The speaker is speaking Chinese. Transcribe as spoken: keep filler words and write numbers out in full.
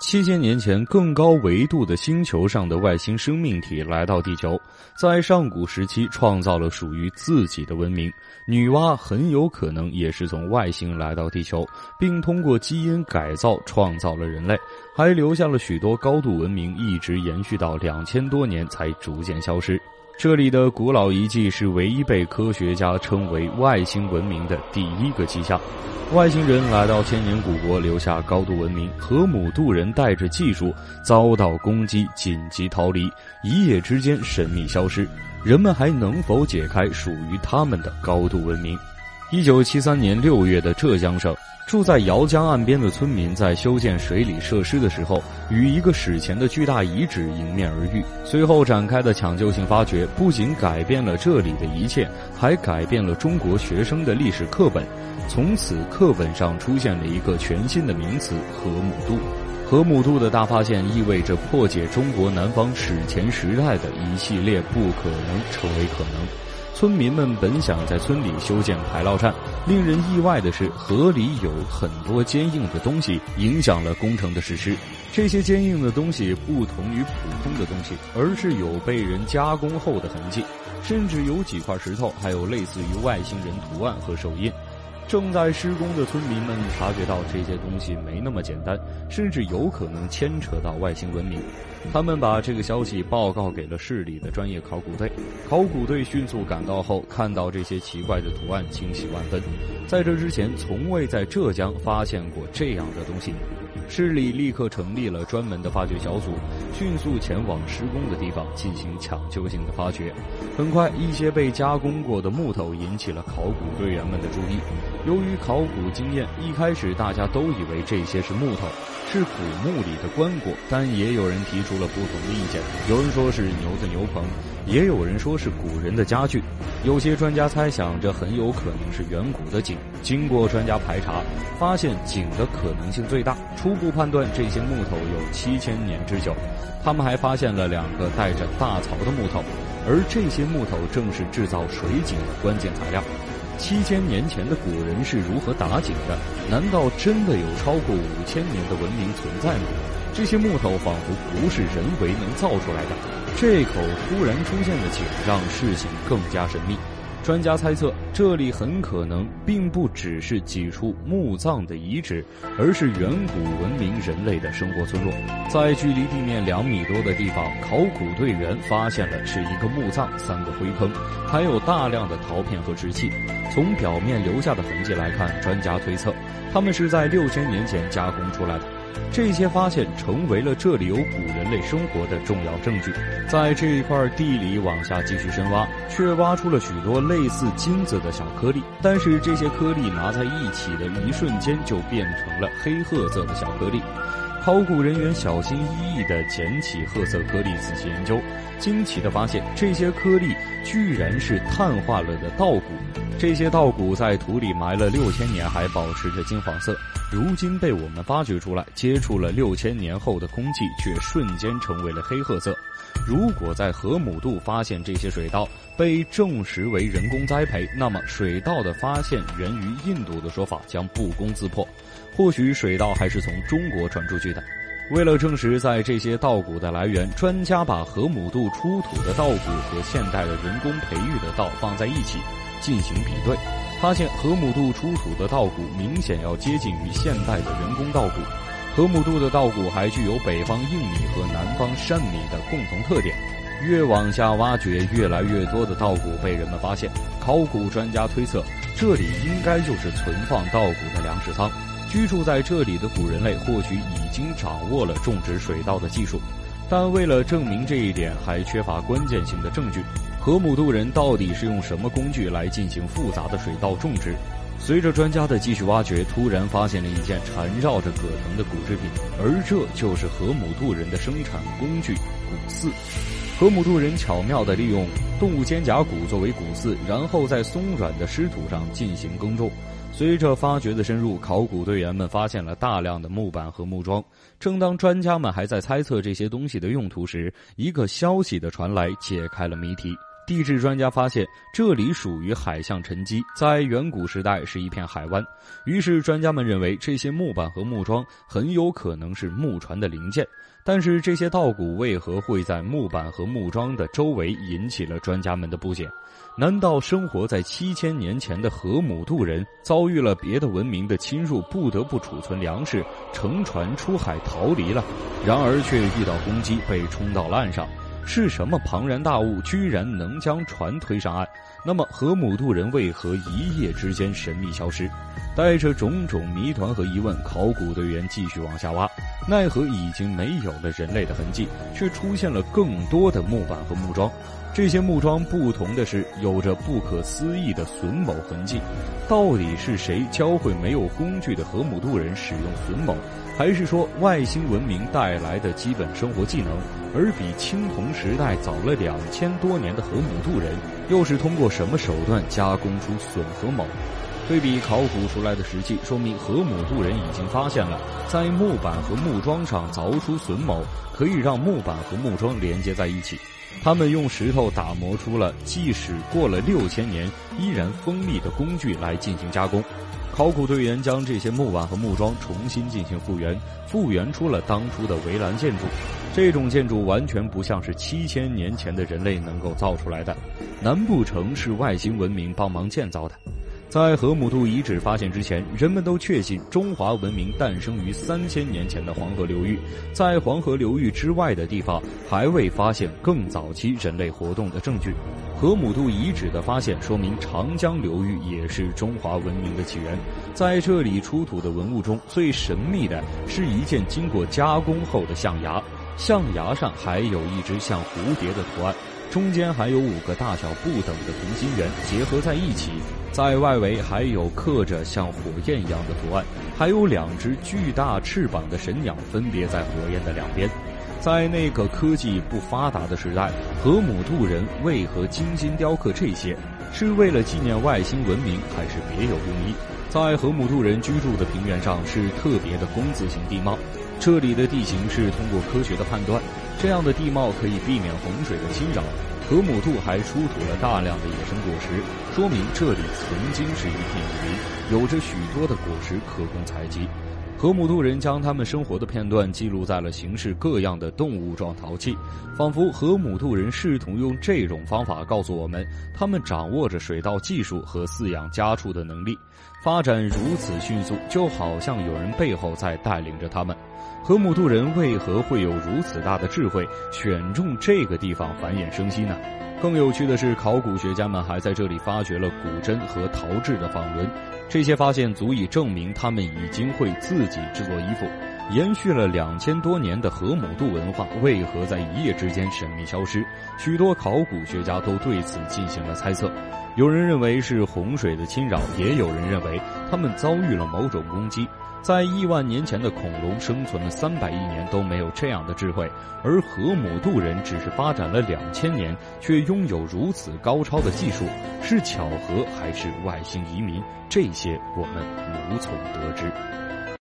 七千年前，更高维度的星球上的外星生命体来到地球，在上古时期创造了属于自己的文明。女娲很有可能也是从外星来到地球，并通过基因改造创造了人类，还留下了许多高度文明，一直延续到两千多年才逐渐消失。这里的古老遗迹是唯一被科学家称为外星文明的第一个迹象。外星人来到千年古国，留下高度文明，河姆渡人带着技术遭到攻击，紧急逃离，一夜之间神秘消失。人们还能否解开属于他们的高度文明？一九七三年六月的浙江省，住在姚江岸边的村民在修建水里设施的时候，与一个史前的巨大遗址迎面而遇。随后展开的抢救性发掘，不仅改变了这里的一切，还改变了中国学生的历史课本。从此，课本上出现了一个全新的名词——河姆渡。河姆渡的大发现意味着破解中国南方史前时代的一系列不可能成为可能。村民们本想在村里修建排涝站，令人意外的是，河里有很多坚硬的东西，影响了工程的实施。这些坚硬的东西不同于普通的东西，而是有被人加工后的痕迹，甚至有几块石头还有类似于外星人图案和手印。正在施工的村民们察觉到这些东西没那么简单，甚至有可能牵扯到外星文明。他们把这个消息报告给了市里的专业考古队。考古队迅速赶到后，看到这些奇怪的图案，惊喜万分。在这之前，从未在浙江发现过这样的东西。市里立刻成立了专门的发掘小组，迅速前往施工的地方进行抢救性的发掘。很快，一些被加工过的木头引起了考古队员们的注意。由于考古经验，一开始大家都以为这些是木头，是古墓里的棺椁，但也有人提出了不同的意见。有人说是牛的牛棚，也有人说是古人的家具。有些专家猜想这很有可能是远古的井。经过专家排查，发现井的可能性最大，初步判断这些木头有七千年之久。他们还发现了两个带着大槽的木头，而这些木头正是制造水井的关键材料。七千年前的古人是如何打井的？难道真的有超过五千年的文明存在吗？这些木头仿佛不是人为能造出来的。这口突然出现的井让事情更加神秘。专家猜测，这里很可能并不只是几处墓葬的遗址，而是远古文明人类的生活村落。在距离地面两米多的地方，考古队员发现了是一个墓葬、三个灰坑，还有大量的陶片和石器。从表面留下的痕迹来看，专家推测，他们是在六千年前加工出来的。这些发现成为了这里有古人类生活的重要证据。在这一块地里往下继续深挖，却挖出了许多类似金子的小颗粒，但是这些颗粒拿在一起的一瞬间就变成了黑褐色的小颗粒。考古人员小心翼翼地捡起褐色颗粒仔细研究，惊奇地发现这些颗粒居然是碳化了的稻谷。这些稻谷在土里埋了六千年还保持着金黄色，如今被我们发掘出来，接触了六千年后的空气却瞬间成为了黑褐色。如果在河姆渡发现这些水稻被证实为人工栽培，那么水稻的发现源于印度的说法将不攻自破。或许水稻还是从中国传出去的。为了证实在这些稻谷的来源，专家把河姆渡出土的稻谷和现代的人工培育的稻放在一起进行比对，发现河姆渡出土的稻谷明显要接近于现代的人工稻谷。河姆渡的稻谷还具有北方硬米和南方山米的共同特点。越往下挖掘，越来越多的稻谷被人们发现。考古专家推测，这里应该就是存放稻谷的粮食仓。居住在这里的古人类或许已经掌握了种植水稻的技术，但为了证明这一点，还缺乏关键性的证据。河姆渡人到底是用什么工具来进行复杂的水稻种植？随着专家的继续挖掘，突然发现了一件缠绕着葛藤的骨制品，而这就是河姆渡人的生产工具——骨饲。河姆渡人巧妙地利用动物肩胛骨作为骨饲，然后在松软的湿土上进行耕种。随着发掘的深入，考古队员们发现了大量的木板和木桩。正当专家们还在猜测这些东西的用途时，一个消息的传来解开了谜题。 地质专家发现，这里属于海象沉积，在远古时代是一片海湾。于是专家们认为，这些木板和木桩很有可能是木船的零件。但是这些稻谷为何会在木板和木桩的周围引起了专家们的不解？难道生活在七千年前的河姆渡人遭遇了别的文明的侵入，不得不储存粮食，乘船出海逃离了？然而却遇到攻击，被冲到了岸上。是什么庞然大物居然能将船推上岸？那么河姆渡人为何一夜之间神秘消失？带着种种谜团和疑问，考古队员继续往下挖，奈何已经没有了人类的痕迹，却出现了更多的木板和木桩。这些木桩不同的是，有着不可思议的榫卯痕迹。到底是谁教会没有工具的河姆渡人使用榫卯，还是说外星文明带来的基本生活技能？而比青铜时代早了两千多年的河姆渡人，又是通过什么手段加工出榫和卯？对比考古出来的实际，说明河姆渡人已经发现了，在木板和木桩上凿出榫卯，可以让木板和木桩连接在一起。他们用石头打磨出了即使过了六千年依然锋利的工具来进行加工。考古队员将这些木板和木桩重新进行复原，复原出了当初的围栏建筑。这种建筑完全不像是七千年前的人类能够造出来的，难不成是外星文明帮忙建造的？在河姆渡遗址发现之前，人们都确信中华文明诞生于三千年前的黄河流域，在黄河流域之外的地方还未发现更早期人类活动的证据。河姆渡遗址的发现说明长江流域也是中华文明的起源。在这里出土的文物中，最神秘的是一件经过加工后的象牙，象牙上还有一只像蝴蝶的图案，中间还有五个大小不等的同心圆结合在一起，在外围还有刻着像火焰一样的图案，还有两只巨大翅膀的神鸟分别在火焰的两边。在那个科技不发达的时代，河姆渡人为何精心雕刻这些？是为了纪念外星文明，还是别有用意？在河姆渡人居住的平原上是特别的工字形地貌，这里的地形是通过科学的判断，这样的地貌可以避免洪水的侵扰。河姆渡还出土了大量的野生果实，说明这里曾经是一片雨林，有着许多的果实可供采集。河姆渡人将他们生活的片段记录在了形式各样的动物状陶器，仿佛河姆渡人试图用这种方法告诉我们，他们掌握着水稻技术和饲养家畜的能力，发展如此迅速，就好像有人背后在带领着他们。河姆渡人为何会有如此大的智慧，选中这个地方繁衍生息呢？更有趣的是，考古学家们还在这里发掘了古针和陶制的纺轮，这些发现足以证明他们已经会自己制作衣服。延续了两千多年的河姆渡文化为何在一夜之间神秘消失？许多考古学家都对此进行了猜测。有人认为是洪水的侵扰，也有人认为他们遭遇了某种攻击。在亿万年前的恐龙生存了三百亿年都没有这样的智慧，而河姆渡人只是发展了两千年，却拥有如此高超的技术，是巧合还是外星移民？这些我们无从得知。